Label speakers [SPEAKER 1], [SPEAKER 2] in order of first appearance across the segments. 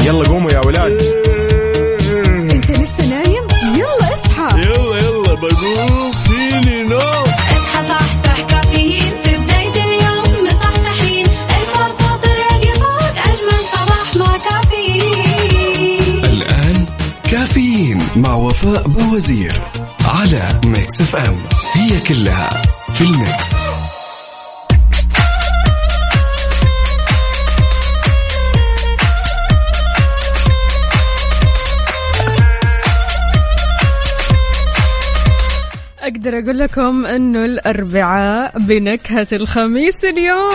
[SPEAKER 1] يلا قوموا يا ولاد.
[SPEAKER 2] انت لسه نايم؟ يلا اصحى.
[SPEAKER 1] يلا بقوم فيني نوم.
[SPEAKER 3] اصحى صحصح كافيين في بداية اليوم مصحصحين. الفرصة تراك فوق أجمل صباح مع كافيين.
[SPEAKER 4] الآن كافيين مع وفاء بوزير على ميكس اف ام. هي كلها في الميكس.
[SPEAKER 2] أقدر أقول لكم أنه الأربعاء بنكهة الخميس اليوم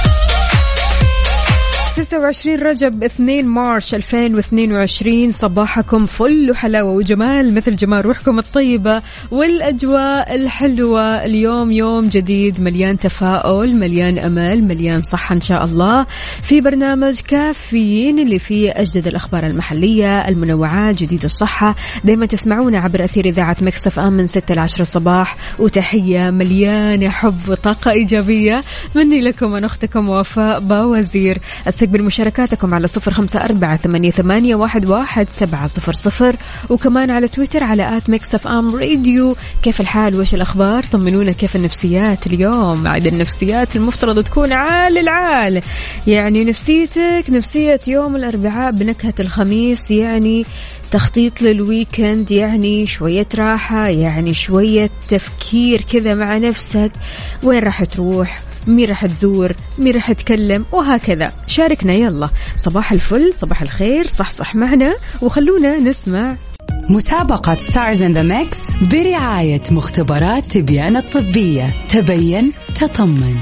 [SPEAKER 2] 29 رجب 2 مارس 2022. صباحكم فل وحلاوة وجمال مثل جمال روحكم الطيبة والأجواء الحلوة. اليوم يوم جديد مليان تفاؤل، مليان أمل، مليان صحة إن شاء الله. في برنامج كافيين اللي فيه أجدد الأخبار المحلية، المنوعات، جديد الصحة. دايما تسمعونا عبر أثير إذاعة ميكس اف ام من 6 ل 10 الصباح. وتحية مليانة حب وطاقة إيجابية مني لكم أنا أختكم وفاء باوزير. استقبل مشاركاتكم على 0548811700 وكمان على تويتر على @mixfmradio. كيف الحال وش الأخبار؟ طمنونا كيف النفسيات اليوم. عاد النفسيات المفترض تكون عال العال، يعني نفسيتك نفسية يوم الأربعاء بنكهة الخميس، يعني تخطيط للويكند، يعني شوية راحة، يعني شوية تفكير كذا مع نفسك. وين راح تروح؟ مين راح تزور؟ مين راح تكلم؟ وهكذا. شاركنا يلا. صباح الفل، صباح الخير، صح معنا وخلونا نسمع.
[SPEAKER 5] مسابقة ستارز إن ذا ميكس برعاية مختبرات تبيان الطبية. تبين تطمن.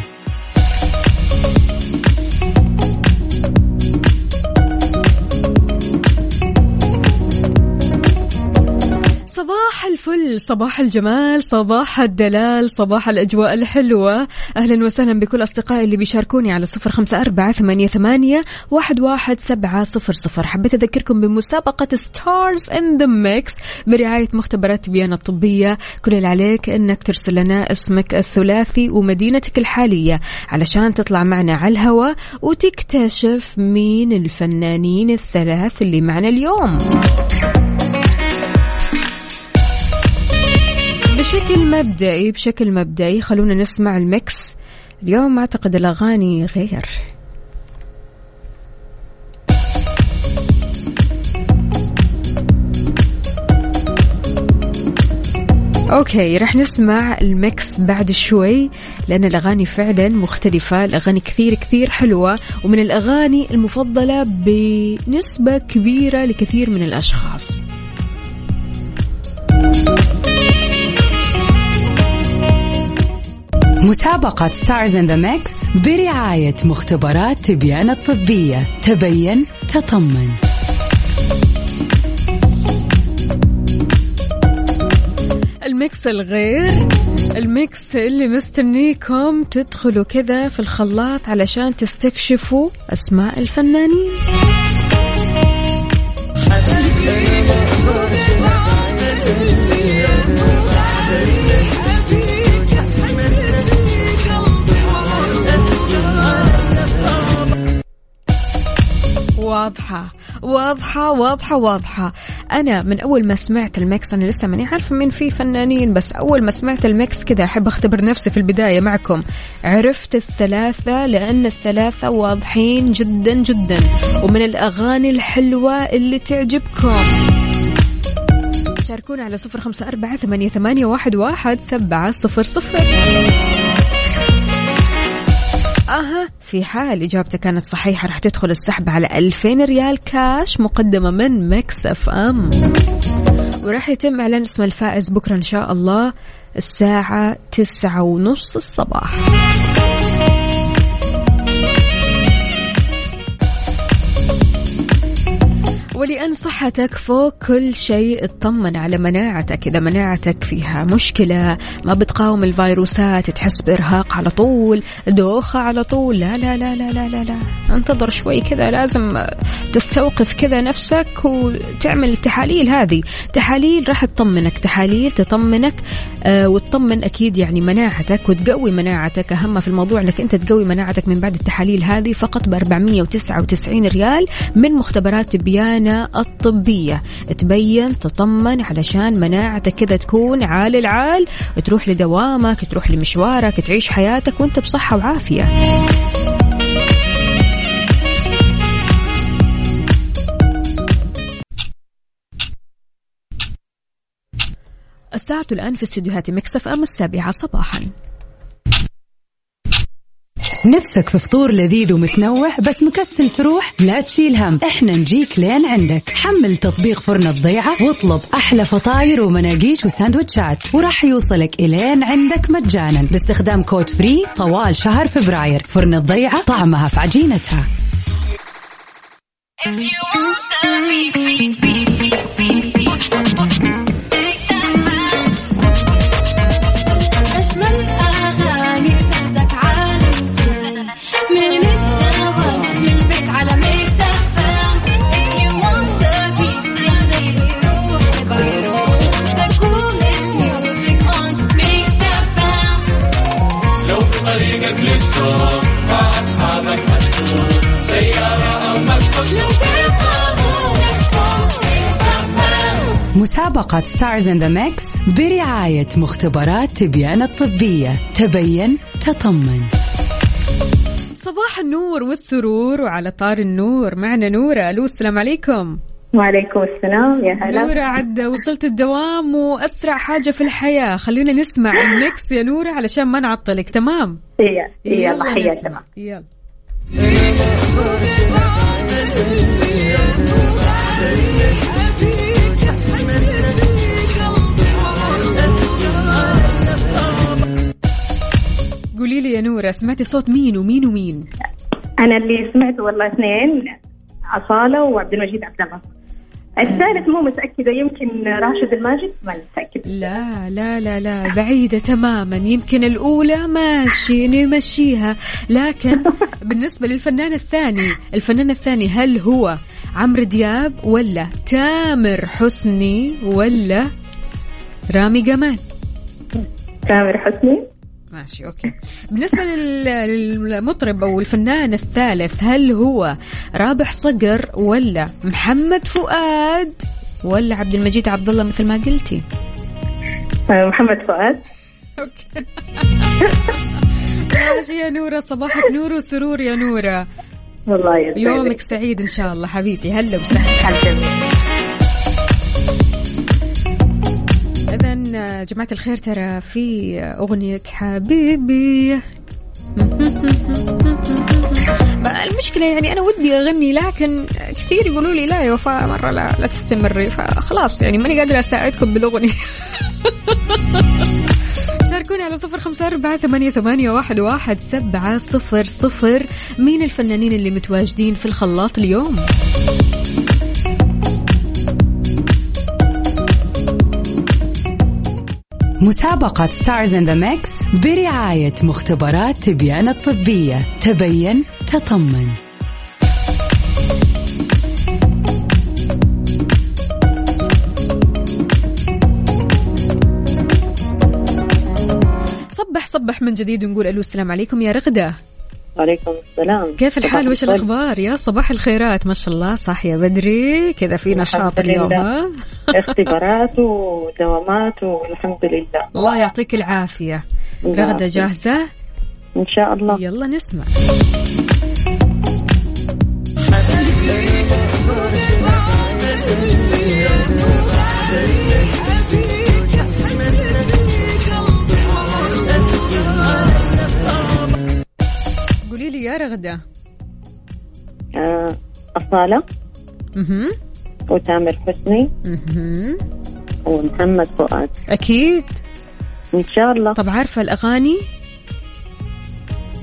[SPEAKER 2] صباح الفل، صباح الجمال، صباح الدلال، صباح الأجواء الحلوة. أهلا وسهلا بكل أصدقائي اللي بيشاركوني على 0548811700. حبيت أذكركم بمسابقة ستارز إن ذا ميكس برعاية مختبرات تبيان الطبية. كل اللي عليك إنك ترسل لنا اسمك الثلاثي ومدينتك الحالية علشان تطلع معنا على الهواء وتكتشف مين الفنانين الثلاث اللي معنا اليوم. بشكل مبدئي خلونا نسمع الميكس اليوم. أعتقد الأغاني غير. أوكي، رح نسمع الميكس بعد شوي لأن الأغاني فعلا مختلفة. الأغاني كثير حلوة ومن الأغاني المفضلة بنسبة كبيرة لكثير من الأشخاص.
[SPEAKER 5] مسابقة ستارز إن ذا ميكس برعاية مختبرات تبيان الطبية. تبين تطمن.
[SPEAKER 2] الميكس الغير، الميكس اللي مستنيكم تدخلوا كذا في الخلاط علشان تستكشفوا أسماء الفنانين. واضحة. أنا من أول ما سمعت الميكس، أنا لسه ماني عارفة مين فيه فنانين، بس أول ما سمعت الميكس كده أحب أختبر نفسي في البداية معكم. عرفت الثلاثة لأن الثلاثة واضحين جدا ومن الأغاني الحلوة اللي تعجبكم. شاركونا على 0548811700. في حال إجابتك كانت صحيحة رح تدخل السحب على 2000 ريال كاش مقدمة من ميكس اف ام، ورح يتم إعلان اسم الفائز بكرة إن شاء الله الساعة 9:30 الصباح. ولأن صحتك فوق كل شيء اطمن على مناعتك. إذا مناعتك فيها مشكلة، ما بتقاوم الفيروسات، تحس بإرهاق على طول، دوخة على طول، لا لا لا لا لا لا, لا. انتظر شوي كذا، لازم تستوقف كذا نفسك وتعمل التحاليل. هذه تحاليل راح تطمنك، تحاليل تطمنك وتطمن أكيد يعني مناعتك وتقوي مناعتك. أهم في الموضوع أنك أنت تقوي مناعتك من بعد التحاليل هذه فقط ب499 ريال من مختبرات تبيانة الطبية. تبين تطمن علشان مناعتك كذا تكون عال العال، تروح لدوامك، تروح لمشوارك، تعيش حياتك وانت بصحة وعافية. الساعة الآن في استديوهات ميكس اف ام 7 صباحا.
[SPEAKER 5] نفسك في فطور لذيذ ومتنوع بس مكسل تروح؟ لا تشيل هم، احنا نجيك لين عندك. حمل تطبيق فرن الضيعة واطلب أحلى فطاير ومناقيش وساندوتشات، وراح يوصلك إلين عندك مجانا باستخدام كود فري طوال شهر فبراير. فرن الضيعة، طعمها في عجينتها. مسابقة ستارز إن ذا ميكس برعاية مختبرات تبيان الطبية. تبين تطمن.
[SPEAKER 2] صباح النور والسرور، وعلى طار النور معنا نورة. ألو، السلام عليكم.
[SPEAKER 6] وعليكم السلام، يا هلا
[SPEAKER 2] نورة. عد وصلت الدوام وأسرع حاجة في الحياة، خلينا نسمع الميكس يا نورة علشان ما نعطلك. تمام؟
[SPEAKER 6] يلا حيا. تمام
[SPEAKER 2] يلا. قولي لي يا نورة، سمعتي صوت مين ومين ومين؟
[SPEAKER 6] أنا اللي سمعت والله اثنين، أصالة وعبد المجيد عبد الله. الثالث مو متأكدة، يمكن راشد الماجد، ما متأكد.
[SPEAKER 2] لا لا لا لا، بعيدة تماما. يمكن الأولى ماشي نمشيها، لكن بالنسبة للفنان الثاني، الفنان الثاني هل هو عمرو دياب ولا تامر حسني ولا رامي جمال؟
[SPEAKER 6] تامر حسني.
[SPEAKER 2] ماشي أوكي. بالنسبة للمطرب أو الفنان الثالث، هل هو رابح صقر ولا محمد فؤاد ولا عبد المجيد عبد الله مثل ما قلتي؟
[SPEAKER 6] محمد فؤاد.
[SPEAKER 2] أوكي. ماشي يا نورة، صباحك نور وسرور يا نورة.
[SPEAKER 6] والله يسعدك.
[SPEAKER 2] يومك سعيد إن شاء الله حبيبتي. هلا وسهلا. إذن جماعة الخير، ترى في أغنية حبيبي. المشكلة يعني أنا ودي أغني، لكن كثير يقولوا لي لا يا وفاء مرة لا تستمري، فخلاص يعني ماني قادرة أساعدكم بالأغنية. شاركوني على 0548811700. مين الفنانين اللي متواجدين في الخلاط اليوم؟
[SPEAKER 5] مسابقة ستارز إن ذا ميكس برعاية مختبرات تبيان الطبية. تبين تطمن.
[SPEAKER 2] صبح من جديد ونقول ألو، السلام عليكم يا رغدة.
[SPEAKER 6] وعليكم السلام.
[SPEAKER 2] كيف الحال وش الأخبار؟ يا صباح الخيرات، ما شاء الله صح يا بدري كذا، في نشاط اليوم. ها
[SPEAKER 6] اختبارات ودوامات والحمد لله.
[SPEAKER 2] الله يعطيك العافية. رغدة جاهزة؟
[SPEAKER 6] إن شاء الله.
[SPEAKER 2] يلا نسمع. قولي لي يا رغدة.
[SPEAKER 6] أصالة وتامر حسني ومحمد فؤاد.
[SPEAKER 2] أكيد
[SPEAKER 6] إن شاء الله.
[SPEAKER 2] طب عارفة الأغاني؟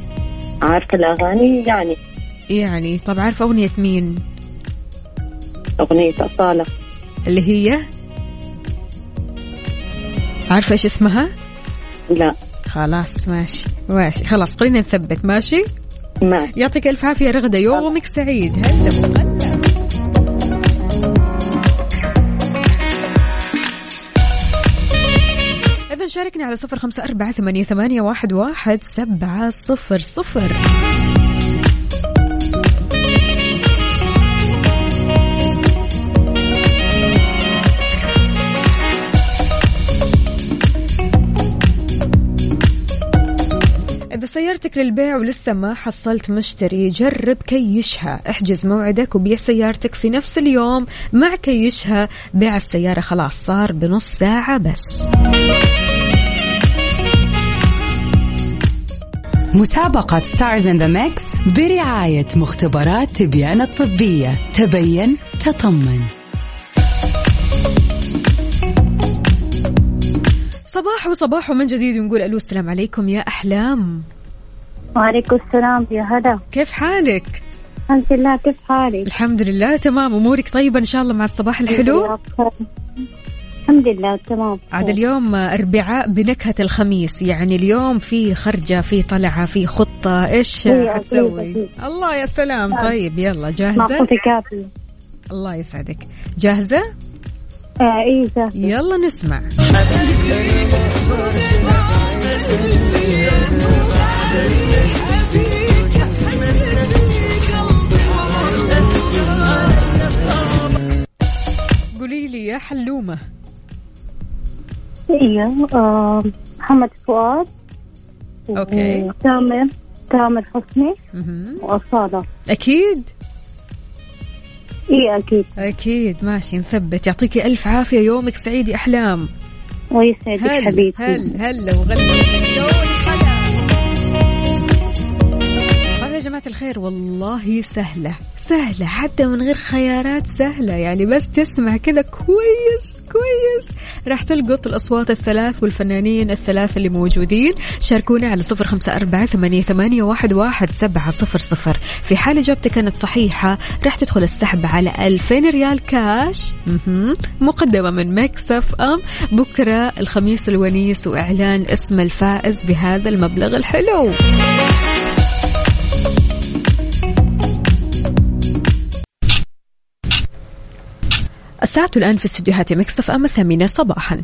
[SPEAKER 6] عارفة الأغاني يعني.
[SPEAKER 2] طب عارفة أغنية مين؟
[SPEAKER 6] أغنية أصالة
[SPEAKER 2] اللي هي عارفة إيش اسمها؟
[SPEAKER 6] لا.
[SPEAKER 2] خلاص ماشي خلاص خلينا نثبت. ماشي يعطيك ألف عافية رغدة، يومك سعيد. هلا وغلا. إذن شاركني على 0548811700. إذا سيارتك للبيع ولسه ما حصلت مشتري، جرب كيشها. احجز موعدك وبيع سيارتك في نفس اليوم. مع كيشها بيع السيارة خلاص صار بنص ساعة بس.
[SPEAKER 5] مسابقة ستارز إن ذا ميكس برعاية مختبرات تبيان الطبية. تبين تطمن.
[SPEAKER 2] صباح من جديد ونقول ألو السلام عليكم يا أحلام.
[SPEAKER 6] وعليكم السلام يا هلا،
[SPEAKER 2] كيف حالك؟
[SPEAKER 6] الحمد لله، كيف حالك؟
[SPEAKER 2] الحمد لله تمام. أمورك طيبة إن شاء الله مع الصباح الحلو؟
[SPEAKER 6] الحمد لله تمام.
[SPEAKER 2] عاد اليوم أربعاء بنكهة الخميس، يعني اليوم في خرجة، في طلعة، في خطة. إيش حتسوي؟ الله يا سلام. طيب يلا جاهزة؟
[SPEAKER 6] كافي.
[SPEAKER 2] الله يسعدك. جاهزة؟
[SPEAKER 6] إيه جاهزة.
[SPEAKER 2] يلا نسمع. قولي لي يا حلومة.
[SPEAKER 6] ايوه محمد فؤاد.
[SPEAKER 2] اوكي.
[SPEAKER 6] تامر حسني وأصالة.
[SPEAKER 2] اكيد
[SPEAKER 6] ايه
[SPEAKER 2] اكيد. ماشي نثبت. يعطيكي الف عافية، يومك سعيد يا احلام.
[SPEAKER 6] ويسعدك حبيبتي.
[SPEAKER 2] هلا وغلا. يا جماعة الخير والله سهلة حتى من غير خيارات سهلة، يعني بس تسمع كذا كويس راح تلقط الأصوات الثلاث والفنانين الثلاث اللي موجودين. شاركونا على 0548811700. في حال إجابتك كانت صحيحة راح تدخل السحب على 2000 ريال كاش مقدمة من مكسف أم. بكرة الخميس الونيس وإعلان اسم الفائز بهذا المبلغ الحلو. الساعة الآن في استديوهات مكسف أم 8 صباحا.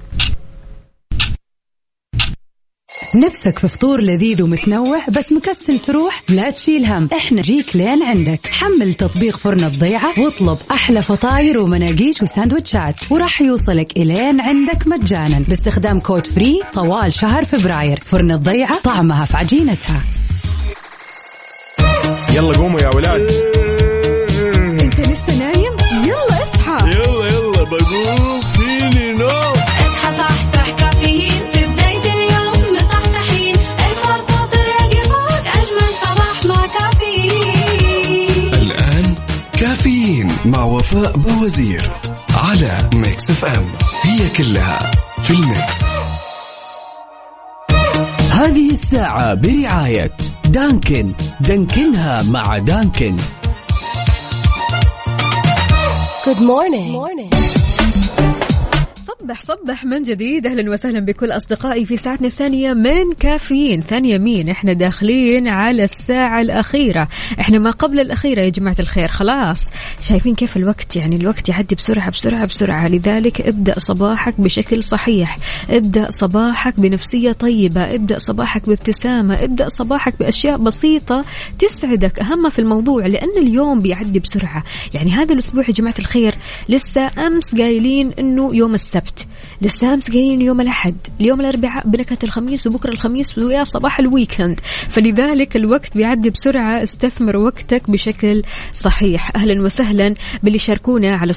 [SPEAKER 5] نفسك في فطور لذيذ ومتنوع بس مكسل تروح؟ لا تشيل هم، احنا جيك لين عندك. حمل تطبيق فرن الضيعة واطلب أحلى فطاير ومناقيش وساندويتشات، وراح يوصلك إلين عندك مجانا باستخدام كود فري طوال شهر فبراير. فرن الضيعة طعمها في عجينتها.
[SPEAKER 1] يلا قوموا يا ولاد.
[SPEAKER 2] انت لسه نايم؟ يلا اصحى.
[SPEAKER 1] يلا بقوم فيني نوم.
[SPEAKER 3] اصحى صحصح كافيين في بداية اليوم مصحصحين. الفرصة تراقي فوق أجمل صباح مع كافيين.
[SPEAKER 4] الآن كافيين مع وفاء بوزير على ميكس اف ام. هي كلها في الميكس.
[SPEAKER 7] هذه الساعة برعاية دانكن. دانكنها مع دانكن.
[SPEAKER 5] Good morning.
[SPEAKER 2] صبح من جديد. أهلا وسهلا بكل أصدقائي في ساعتنا الثانية من كافيين. ثانية مين؟ احنا داخلين على الساعة الأخيرة، احنا ما قبل الأخيرة يا جماعة الخير. خلاص شايفين كيف الوقت، يعني الوقت يعدي بسرعة. لذلك ابدأ صباحك بشكل صحيح، ابدأ صباحك بنفسية طيبة، ابدأ صباحك بابتسامة، ابدأ صباحك بأشياء بسيطة تسعدك أهم في الموضوع، لأن اليوم بيعدي بسرعة. يعني هذا الأسبوع يا جماعة الخير لسه أمس قايلين إنه يوم السبت، لسه أمس قايلين يوم الأحد، اليوم الأربعاء بنكهة الخميس، وبكرة الخميس ويا صباح الويكند. فلذلك الوقت بيعدي بسرعة، استثمر وقتك بشكل صحيح. أهلا وسهلا باللي شاركونا على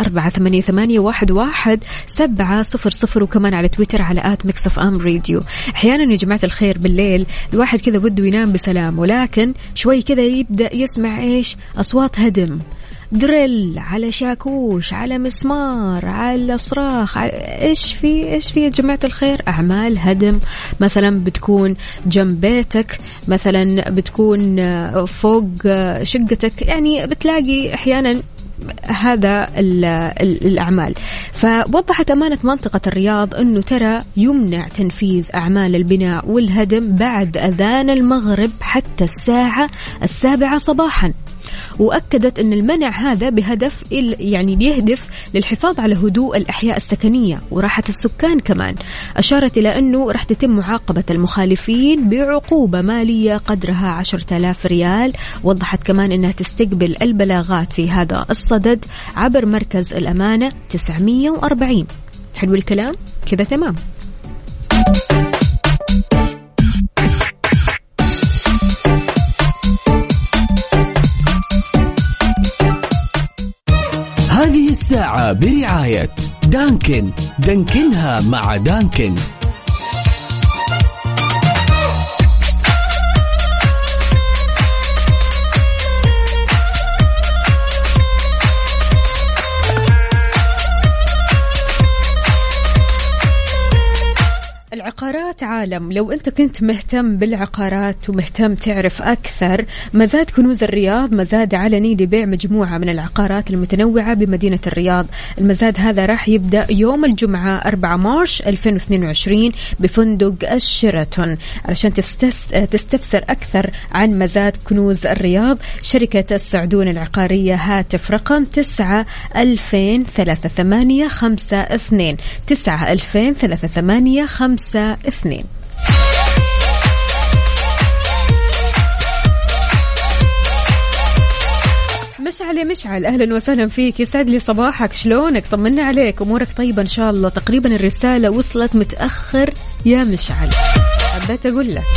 [SPEAKER 2] 0548811700 وكمان على تويتر على @mixfmradio. أحيانا يا جماعة الخير بالليل الواحد كذا بده ينام بسلام، ولكن شوي كذا يبدأ يسمع إيش؟ أصوات هدم، دريل، على شاكوش، على مسمار، على صراخ، ايش في يا جماعة الخير؟ اعمال هدم مثلا بتكون جنب بيتك، مثلا بتكون فوق شقتك، يعني بتلاقي احيانا هذا الأعمال. فوضحت أمانة منطقة الرياض أنه ترى يمنع تنفيذ أعمال البناء والهدم بعد أذان المغرب حتى الساعة 7 صباحا. وأكدت أن المنع هذا بهدف يعني بيهدف للحفاظ على هدوء الأحياء السكنية وراحة السكان كمان. أشارت إلى أنه راح تتم معاقبة المخالفين بعقوبة مالية قدرها 10,000 ريال. وضحت كمان أنها تستقبل البلاغات في هذا الصدد عبر مركز الأمانة 940. حلو الكلام كذا تمام.
[SPEAKER 7] هذه الساعة برعاية دانكن، دانكنها مع دانكن.
[SPEAKER 2] العقارات عالم. لو أنت كنت مهتم بالعقارات ومهتم تعرف أكثر، مزاد كنوز الرياض مزاد علني لبيع مجموعة من العقارات المتنوعة بمدينة الرياض. المزاد هذا راح يبدأ يوم الجمعة 4 مارس 2022 بفندق الشيراتون. علشان تستفسر أكثر عن مزاد كنوز الرياض، شركة السعدون العقارية، هاتف رقم 90003852 90003852. مشعل أهلا وسهلا فيك، يسعد لي صباحك، شلونك؟ طمنا عليك، أمورك طيبة إن شاء الله. تقريبا الرسالة وصلت متأخر يا مشعل، حبيت أقول لك.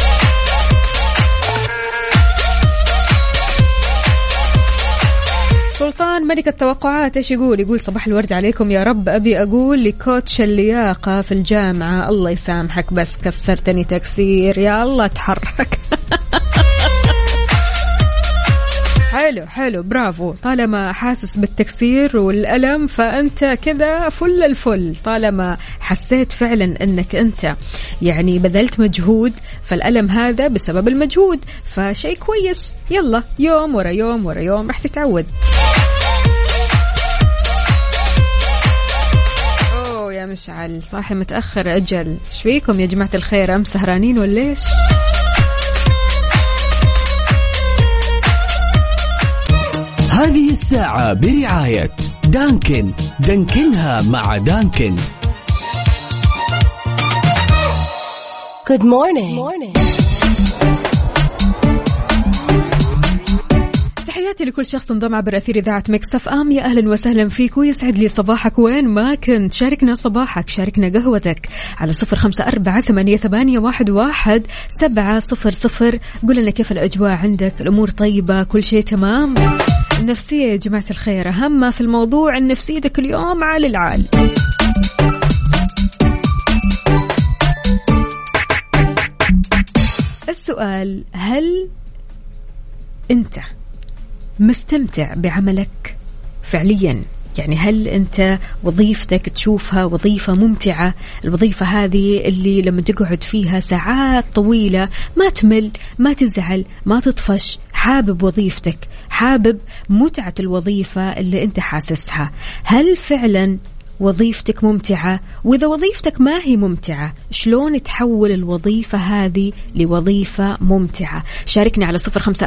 [SPEAKER 2] سلطان ملك التوقعات ايش يقول؟ يقول صباح الورد عليكم يا رب. ابي اقول لكوتش اللياقه في الجامعه الله يسامحك بس كسرتني تكسير، يا الله تحرك. حلو برافو. طالما حاسس بالتكسير والألم فأنت كذا فل الفل. طالما حسيت فعلا أنك أنت يعني بذلت مجهود، فالألم هذا بسبب المجهود، فشيء كويس. يلا يوم ورا يوم ورا يوم رح تتعود. أوه يا مشعل صاحي متأخر أجل، إيش فيكم يا جماعة الخير؟ أم سهرانين ولا إيش؟
[SPEAKER 7] هذه الساعة برعاية دانكن، دانكنها مع دانكن.
[SPEAKER 8] Good morning.
[SPEAKER 2] تحياتي لكل شخص انضم عبر أثير إذاعة ميكس اف ام. يا أهلا وسهلا فيك ويسعد لي صباحك وين ما كنت. شاركنا صباحك، شاركنا قهوتك على 0548811700. قل لنا كيف الأجواء عندك، الأمور طيبة، كل شيء تمام؟ النفسية يا جماعة الخير أهم ما في الموضوع، النفسيتك اليوم عال العال. السؤال، هل أنت مستمتع بعملك فعليا؟ يعني هل أنت وظيفتك تشوفها وظيفة ممتعة؟ الوظيفة هذه اللي لما تقعد فيها ساعات طويلة ما تمل، ما تزعل، ما تطفش، حابب وظيفتك، حابب متعة الوظيفة اللي أنت حاسسها. هل فعلا وظيفتك ممتعة؟ وإذا وظيفتك ما هي ممتعة، شلون تحول الوظيفة هذه لوظيفة ممتعة؟ شاركني على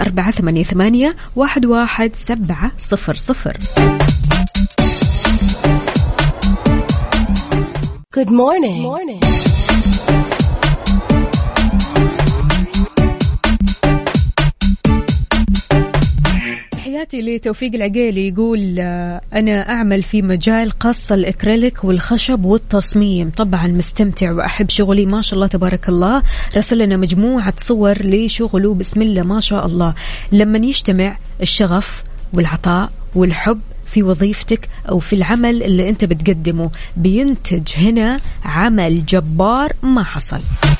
[SPEAKER 2] 0548811700.
[SPEAKER 8] Good morning.
[SPEAKER 2] تحياتي لتوفيق العقيلي، يقول أنا أعمل في مجال قص الإكريليك والخشب والتصميم، طبعا مستمتع وأحب شغلي ما شاء الله تبارك الله. رسل لنا مجموعة صور لشغله، بسم الله ما شاء الله. لما يجتمع الشغف والعطاء والحب في وظيفتك أو في العمل اللي أنت بتقدمه، بينتج هنا عمل جبار ما حصل.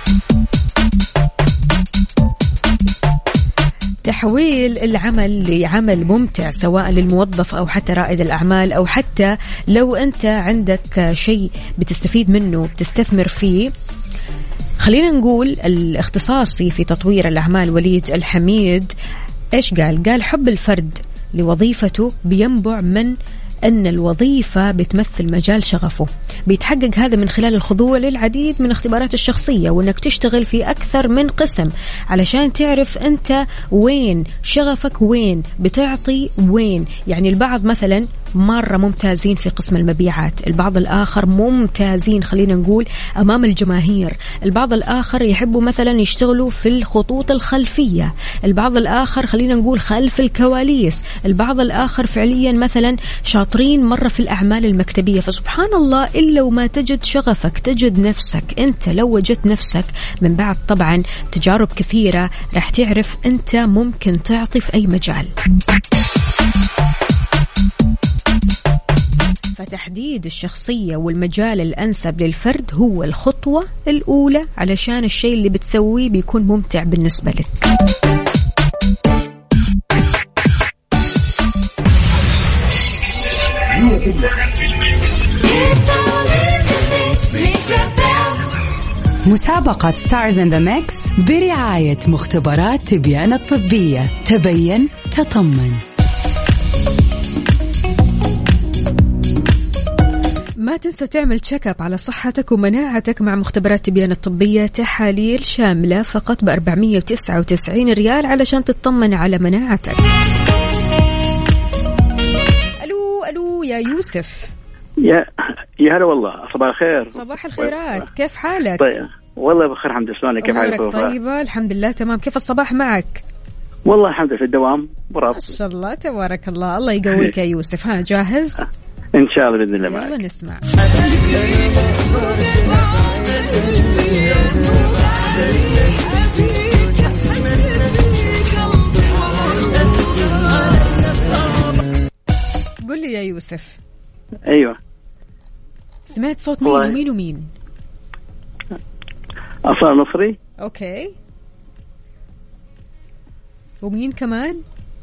[SPEAKER 2] تحويل العمل لعمل ممتع سواء للموظف أو حتى رائد الأعمال، أو حتى لو أنت عندك شيء بتستفيد منه بتستثمر فيه. خلينا نقول الاختصاصي في تطوير الأعمال وليد الحميد إيش قال؟ قال حب الفرد لوظيفته بينبع من أن الوظيفة بتمثل مجال شغفه. بيتحقق هذا من خلال الخضوع للعديد من اختبارات الشخصية، وأنك تشتغل في أكثر من قسم علشان تعرف أنت وين شغفك، وين بتعطي وين. يعني البعض مثلا مرة ممتازين في قسم المبيعات، البعض الآخر ممتازين خلينا نقول أمام الجماهير، البعض الآخر يحبوا مثلا يشتغلوا في الخطوط الخلفية، البعض الآخر خلينا نقول خلف الكواليس، البعض الآخر فعليا مثلا شاطرين مرة في الأعمال المكتبية. فسبحان الله، إلا وما تجد شغفك تجد نفسك. أنت لو وجدت نفسك من بعد طبعا تجارب كثيرة راح تعرف أنت ممكن تعطي في أي مجال. فتحديد الشخصية والمجال الأنسب للفرد هو الخطوة الأولى علشان الشيء اللي بتسويه بيكون ممتع بالنسبة لك.
[SPEAKER 5] مسابقة ستارز إن ذا ميكس برعاية مختبرات تبيان الطبية. تبين تطمن.
[SPEAKER 2] ما تنسى تعمل تشيك اب على صحتك ومناعتك مع مختبرات تبيان الطبية، تحاليل شاملة فقط ب499 ريال علشان تطمن على مناعتك. ألو يا يوسف.
[SPEAKER 9] يا هلا والله، صباح الخير.
[SPEAKER 2] صباح الخيرات، كيف حالك؟
[SPEAKER 9] طيب والله بخير الحمد لله. شلونك؟ كيف حالك؟
[SPEAKER 2] طيبة الحمد لله تمام. كيف الصباح معك؟
[SPEAKER 9] والله الحمد لله في الدوام برافو.
[SPEAKER 2] ما شاء الله تبارك الله. الله يقويك يا يوسف. ها جاهز؟
[SPEAKER 9] إن شاء الله بإذن الله معك.
[SPEAKER 2] يلا نسمع. قل لي يا يوسف.
[SPEAKER 9] أيوة.
[SPEAKER 2] سمعت صوت مين ومين؟
[SPEAKER 9] أصالة نصري.
[SPEAKER 2] أوكي. ومين كمان؟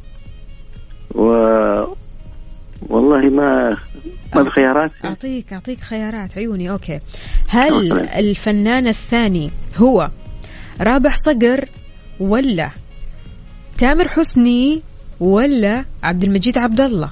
[SPEAKER 9] والله ما بخيارات.
[SPEAKER 2] أعطيك خيارات عيوني. أوكي. هل الفنان الثاني هو رابح صقر ولا تامر حسني ولا عبد المجيد عبد الله؟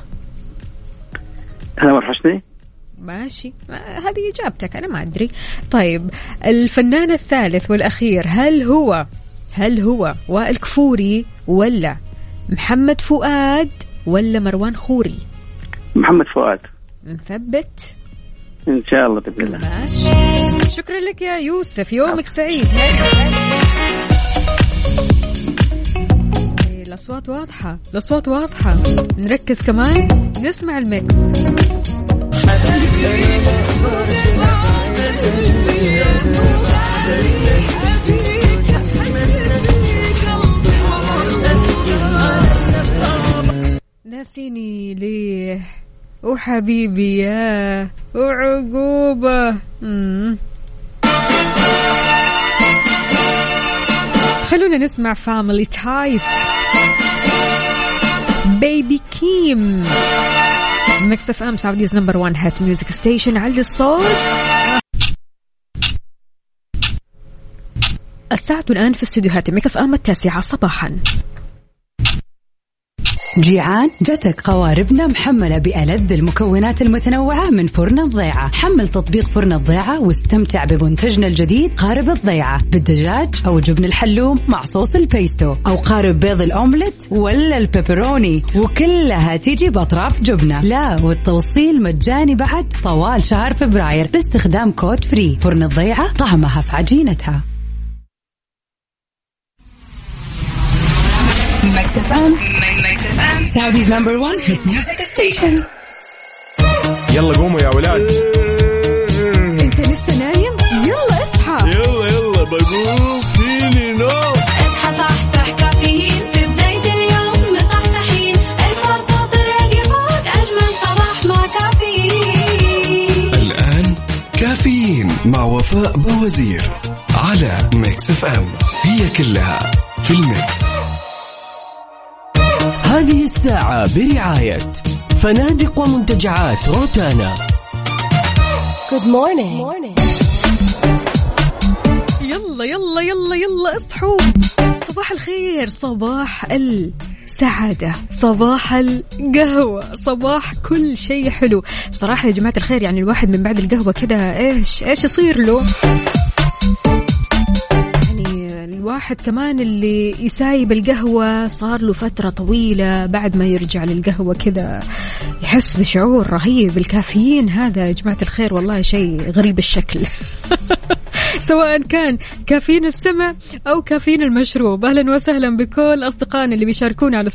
[SPEAKER 9] تامر حسني.
[SPEAKER 2] ماشي، هذه إجابتك، أنا ما أدري. طيب الفنان الثالث والأخير هل هو وائل كفوري ولا محمد فؤاد ولا مروان خوري؟
[SPEAKER 9] محمد فؤاد.
[SPEAKER 2] مثبت
[SPEAKER 9] إن شاء الله بإذن الله.
[SPEAKER 2] ماشي. شكرا لك يا يوسف، يومك سعيد. الأصوات واضحة. نركز كمان، نسمع الميكس. ناسيني ليه وحبيبي يا وعقوبة. خلونا نسمع فاميلي تايس بيبي كيم. ميكس اف ام سعوديز نمبر 1 هات ميوزك ستيشن. علي الصوت. الساعة الآن في استديوهات ميكس اف ام 9 صباحا.
[SPEAKER 5] جيعان؟ جتك قواربنا محملة بألذ المكونات المتنوعة من فرن الضيعة. حمل تطبيق فرن الضيعة واستمتع بمنتجنا الجديد قارب الضيعة بالدجاج أو جبن الحلوم مع صوص البيستو، أو قارب بيض الأومليت ولا البيبروني، وكلها تيجي بأطراف جبنة. لا، والتوصيل مجاني بعد طوال شهر فبراير باستخدام كود فري. فرن الضيعة، طعمها في عجينتها.
[SPEAKER 3] Mix FM, Saudi's number 1 hit music station.
[SPEAKER 1] يلا قوموا يا ولاد.
[SPEAKER 2] انت لسه نايم؟ يلا اصحى.
[SPEAKER 1] يلا بقوم فيني نوم.
[SPEAKER 3] اصحى صحصح كافيين في بداية اليوم مصحصحين. الفرصة تراقي فوق أجمل صباح مع كافيين.
[SPEAKER 4] الآن كافيين مع وفاء بوزير على ميكس اف ام. هي كلها في الميكس.
[SPEAKER 7] هذه الساعة برعاية فنادق ومنتجعات روتانا.
[SPEAKER 8] Good morning.
[SPEAKER 2] يلا اصحوا. صباح الخير، صباح السعادة، صباح القهوة، صباح كل شيء حلو. بصراحة يا جماعة الخير يعني الواحد من بعد القهوة كده إيش يصير له؟ الواحد كمان اللي يسايب القهوة صار له فترة طويلة بعد ما يرجع للقهوة كده يحس بشعور رهيب. الكافيين هذا يا جماعة الخير والله شيء غريب الشكل. سواء كان كافيين السمع أو كافيين المشروب. أهلا وسهلا بكل أصدقائنا اللي بيشاركونا على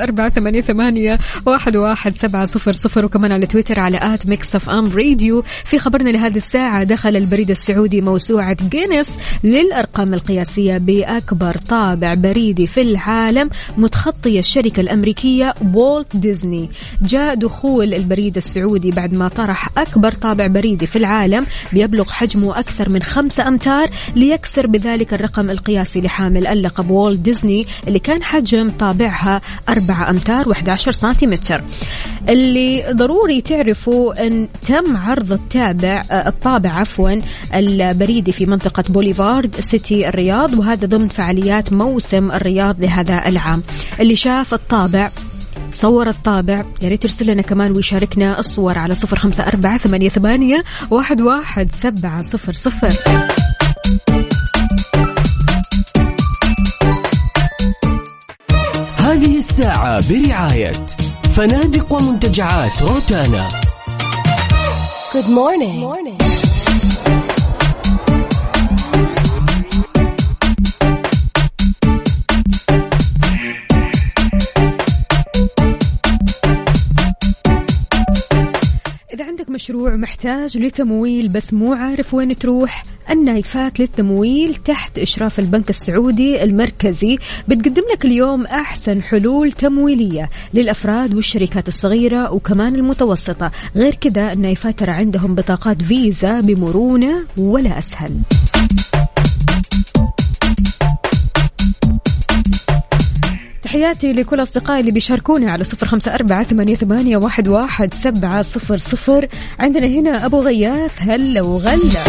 [SPEAKER 2] 0548811700 وكمان على تويتر على @mixfmradio. في خبرنا لهذه الساعة دخل البريد السعودي موسوعة جينيس للأرقام القياسية بأكبر طابع بريدي في العالم متخطية الشركة الأمريكية والت ديزني. جاء دخول البريد السعودي بعد ما طرح أكبر طابع بريدي في العالم بيبلغ حجمه أكثر من 5 أمتار ليكسر بذلك الرقم القياسي لحامل اللقب والت ديزني اللي كان حجم طابعها 4 أمتار و11 سنتيمتر. اللي ضروري تعرفوا أن تم عرض الطابع البريدي في منطقة بوليفارد سيتي الرياض، وهذا ضمن فعاليات موسم الرياض لهذا العام. اللي شاف الطابع صور الطابع يا ريت يرسل لنا كمان ويشاركنا الصور على 0548811700.
[SPEAKER 7] هذه الساعة برعاية فنادق ومنتجعات روتانا.
[SPEAKER 8] Good morning.
[SPEAKER 2] إذا عندك مشروع محتاج لتمويل بس مو عارف وين تروح، النايفات للتمويل تحت إشراف البنك السعودي المركزي بتقدم لك اليوم أحسن حلول تمويلية للأفراد والشركات الصغيرة وكمان المتوسطة. غير كده النايفات ترى عندهم بطاقات فيزا بمرونة ولا أسهل. تحياتي لكل أصدقائي اللي بيشاركونا على 0548811700. عندنا هنا أبو غياث، هلا وغلا.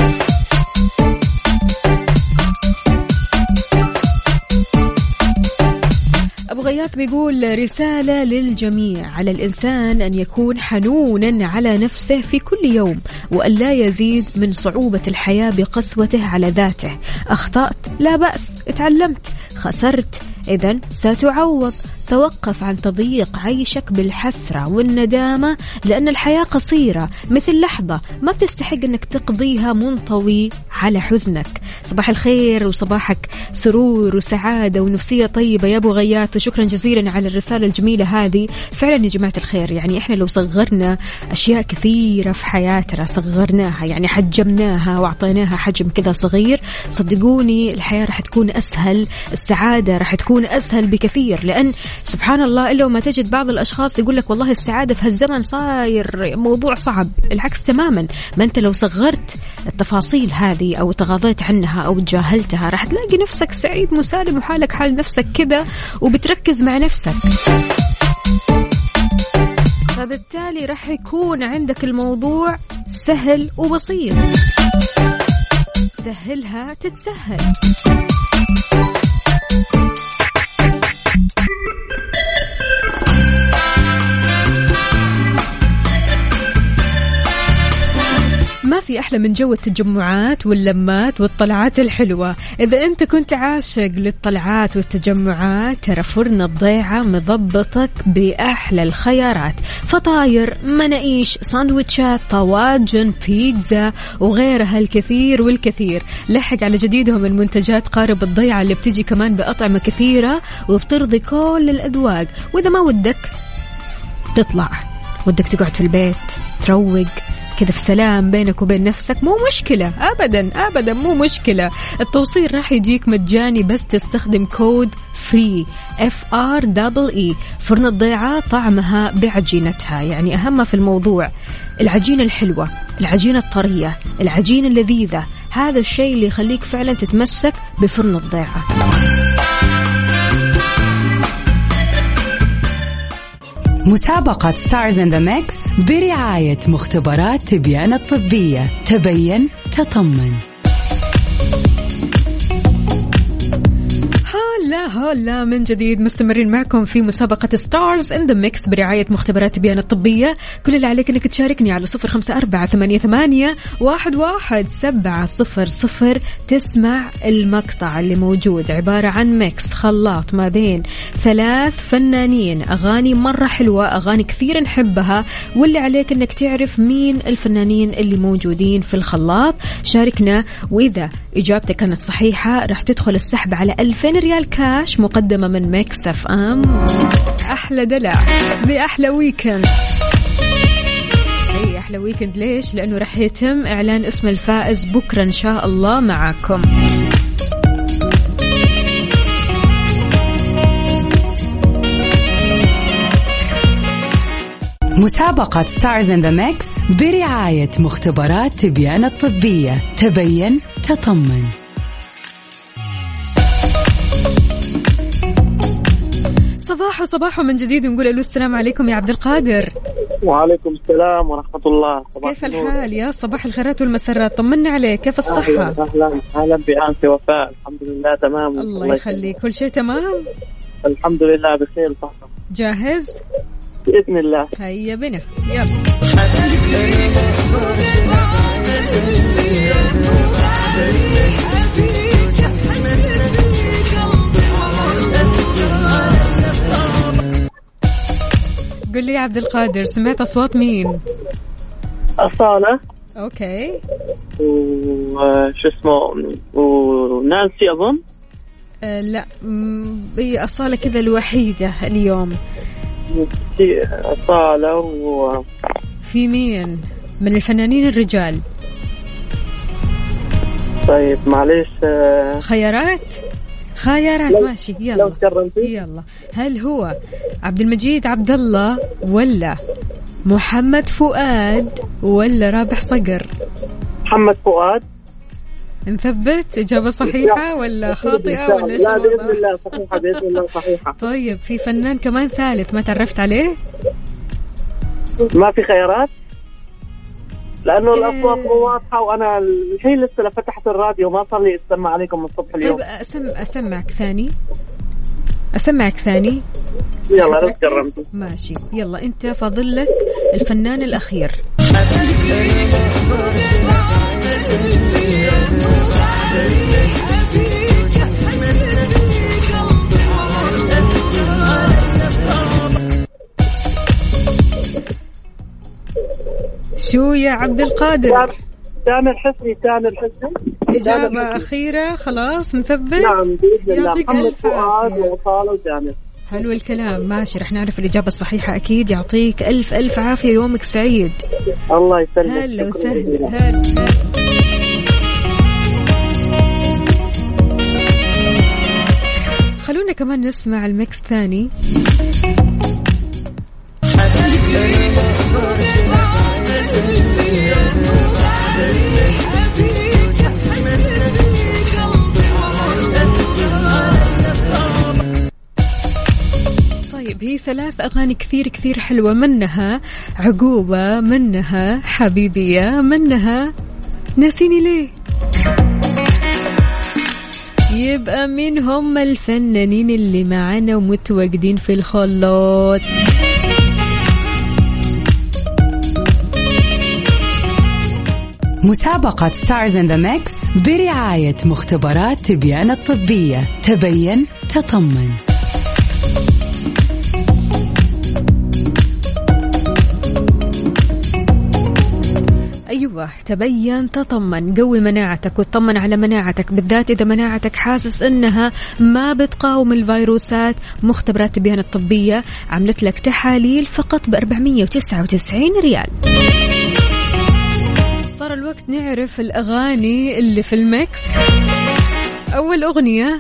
[SPEAKER 2] أبو غياث بيقول رسالة للجميع: على الإنسان أن يكون حنونا على نفسه في كل يوم وأن لا يزيد من صعوبة الحياة بقسوته على ذاته. أخطأت لا بأس، اتعلمت، خسرت إذن ستعوض. توقف عن تضييق عيشك بالحسرة والندامة لأن الحياة قصيرة مثل لحظة ما بتستحق أنك تقضيها منطوي على حزنك. صباح الخير وصباحك سرور وسعادة ونفسية طيبة يا أبو غياث، وشكرا جزيلا على الرسالة الجميلة هذه. فعلا يا جماعة الخير يعني إحنا لو صغرنا أشياء كثيرة في حياتنا، صغرناها يعني حجمناها وعطيناها حجم كذا صغير، صدقوني الحياة رح تكون أسهل، السعادة رح تكون أسهل بكثير. لأن سبحان الله إلا وما تجد بعض الأشخاص يقول لك والله السعادة في هالزمن صاير موضوع صعب. العكس تماما، ما أنت لو صغرت التفاصيل هذه أو تغاضيت عنها أو تجاهلتها راح تلاقي نفسك سعيد مسالم وحالك حال نفسك كده وبتركز مع نفسك، فبالتالي راح يكون عندك الموضوع سهل وبسيط. سهلها تتسهل. ما في أحلى من جو التجمعات واللمات والطلعات الحلوة. إذا أنت كنت عاشق للطلعات والتجمعات ترى فرن الضيعة مضبطك بأحلى الخيارات: فطاير، مناقيش، ساندويتشات، طواجن، بيتزا وغيرها الكثير والكثير. لحق على جديدهم المنتجات قارب الضيعة اللي بتجي كمان بأطعمة كثيرة وبترضي كل الأذواق. وإذا ما ودك تطلع، ودك تقعد في البيت تروق كذا في سلام بينك وبين نفسك، مو مشكلة أبدا أبدا، مو مشكلة. التوصيل راح يجيك مجاني بس تستخدم كود FREE FREE. فرن الضيعة طعمها بعجينتها، يعني أهم في الموضوع العجينة الحلوة، العجينة الطرية، العجينة اللذيذة. هذا الشيء اللي يخليك فعلا تتمسك بفرن الضيعة.
[SPEAKER 5] مسابقة ستارز إن ذا ميكس برعاية مختبرات تبيان الطبية. تبين تطمن.
[SPEAKER 2] هلا من جديد مستمرين معكم في مسابقة ستارز إن ذا ميكس برعاية مختبرات بيان الطبية. كل اللي عليك إنك تشاركني على 0548811700. تسمع المقطع اللي موجود عبارة عن ميكس خلاط ما بين 3 فنانين، أغاني مرة حلوة، أغاني كثير نحبها، واللي عليك إنك تعرف مين الفنانين اللي موجودين في الخلاط. شاركنا، وإذا إجابتك كانت صحيحة راح تدخل السحب على 2000 ريال كاش مقدمة من ميكس اف ام. أحلى دلع بأحلى ويكند. هي أحلى ويكند ليش؟ لأنه راح يتم إعلان اسم الفائز بكرة إن شاء الله معاكم.
[SPEAKER 5] مسابقة ستارز إن ذا ميكس برعاية مختبرات تبيان الطبية. تبين تطمن.
[SPEAKER 2] صباح من جديد ونقول ألو السلام عليكم يا عبد القادر.
[SPEAKER 10] وعليكم السلام ورحمة الله.
[SPEAKER 2] كيف الحال يا صباح الخيرات والمسرات؟ طمنا عليك، كيف الصحة؟
[SPEAKER 10] أهلا بأنت وفاء. الحمد لله تمام.
[SPEAKER 2] الله يخليك، كل شيء تمام
[SPEAKER 10] الحمد لله بخير. فقط
[SPEAKER 2] جاهز
[SPEAKER 10] بإذن الله.
[SPEAKER 2] هيا بنا يلا. قل لي يا عبد القادر، سمعت أصوات مين؟
[SPEAKER 10] أصالة.
[SPEAKER 2] أوكي.
[SPEAKER 10] وشو اسمه ونانسي أظن.
[SPEAKER 2] لا هي أصالة كذا الوحيدة اليوم.
[SPEAKER 10] أصالة
[SPEAKER 2] في مين من الفنانين الرجال؟
[SPEAKER 10] طيب معليش.
[SPEAKER 2] خيارات ماشي يلا. يلا، هل هو عبد المجيد عبد الله ولا محمد فؤاد ولا رابح صقر؟
[SPEAKER 10] محمد فؤاد.
[SPEAKER 2] نثبت إجابة صحيحة ولا خاطئة ولا
[SPEAKER 10] لا بإذن الله صحيحة. بإذن الله صحيحة.
[SPEAKER 2] طيب في فنان كمان ثالث ما تعرفت عليه؟
[SPEAKER 10] ما في خيارات لأنه الأصوات مو واضحة، وأنا الحين لسه فتحت الراديو ما صار لي أسمع عليكم من الصبح اليوم.
[SPEAKER 2] طيب أسمعك ثاني.
[SPEAKER 10] يلا لو تكرمتي.
[SPEAKER 2] ماشي يلا، أنت فاضل لك الفنان الأخير. شو يا عبد القادر؟
[SPEAKER 10] تامر حسني.
[SPEAKER 2] إجابة أخيرة خلاص نثبت.
[SPEAKER 10] نعم بإذن الله.
[SPEAKER 2] يعطيك ألف عافية. حلو الكلام. ماشي رح نعرف الإجابة الصحيحة أكيد. يعطيك ألف عافية، يومك سعيد.
[SPEAKER 10] الله يسلمك.
[SPEAKER 2] هلا وسهلا. خلونا كمان نسمع الميكس ثاني. طيب هي 3 أغاني كثير حلوة، منها عقوبة، منها حبيبية، منها ناسيني ليه. يبقى مين هم الفنانين اللي معنا ومتواجدين في الخلاط؟
[SPEAKER 5] مسابقة ستارز إن ذا ميكس برعاية مختبرات تبيان الطبية. تبين تطمن.
[SPEAKER 2] أيوة تبين تطمن. قوي مناعتك وتطمن على مناعتك، بالذات إذا مناعتك حاسس أنها ما بتقاوم الفيروسات. مختبرات تبيان الطبية عملت لك تحاليل فقط ب499 ريال. صار الوقت نعرف الأغاني اللي في الميكس. أول أغنية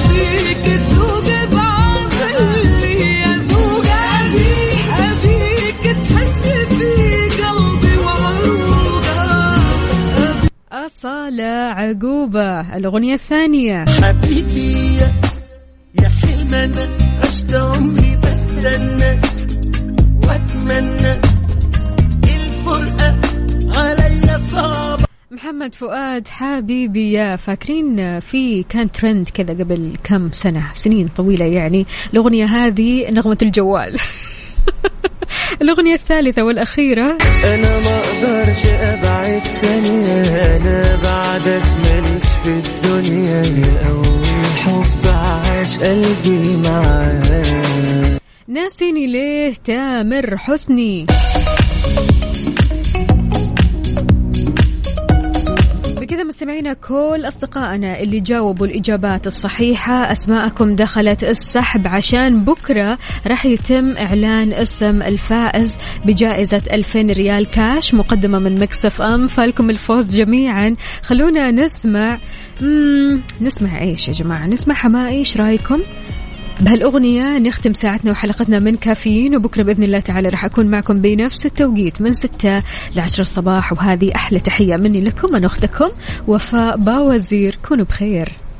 [SPEAKER 2] أصالة عقوبة. الأغنية الثانية
[SPEAKER 11] حبيبي يا حلم أنا عشت عمري بستنى وأتمنى الفرقة عليا صعبة.
[SPEAKER 2] محمد فؤاد حبيبي يا. فاكرين في كان ترند كذا قبل كم سنين طويلة يعني الأغنية هذه نغمة الجوال. الأغنية الثالثة والأخيرة.
[SPEAKER 11] أنا ما أقدرش أبعد ثانية، أنا بعدك ماليش في الدنيا، أول حب عاش قلبي معاك.
[SPEAKER 2] ناسيني ليه تامر حسني. بكذا مستمعينا كل أصدقائنا اللي جاوبوا الإجابات الصحيحة أسماءكم دخلت السحب، عشان بكرة راح يتم إعلان اسم الفائز بجائزة 2000 ريال كاش مقدمة من ميكس اف ام. فالكم الفوز جميعا. خلونا نسمع إيش يا جماعة؟ نسمع حمائي، إيش رأيكم بهالأغنية؟ نختم ساعتنا وحلقتنا من كافيين، وبكرة بإذن الله تعالى رح أكون معكم بنفس التوقيت من 6 ل10 الصباح. وهذه أحلى تحية مني لكم، أنا أختكم وفاء باوزير. كونوا بخير.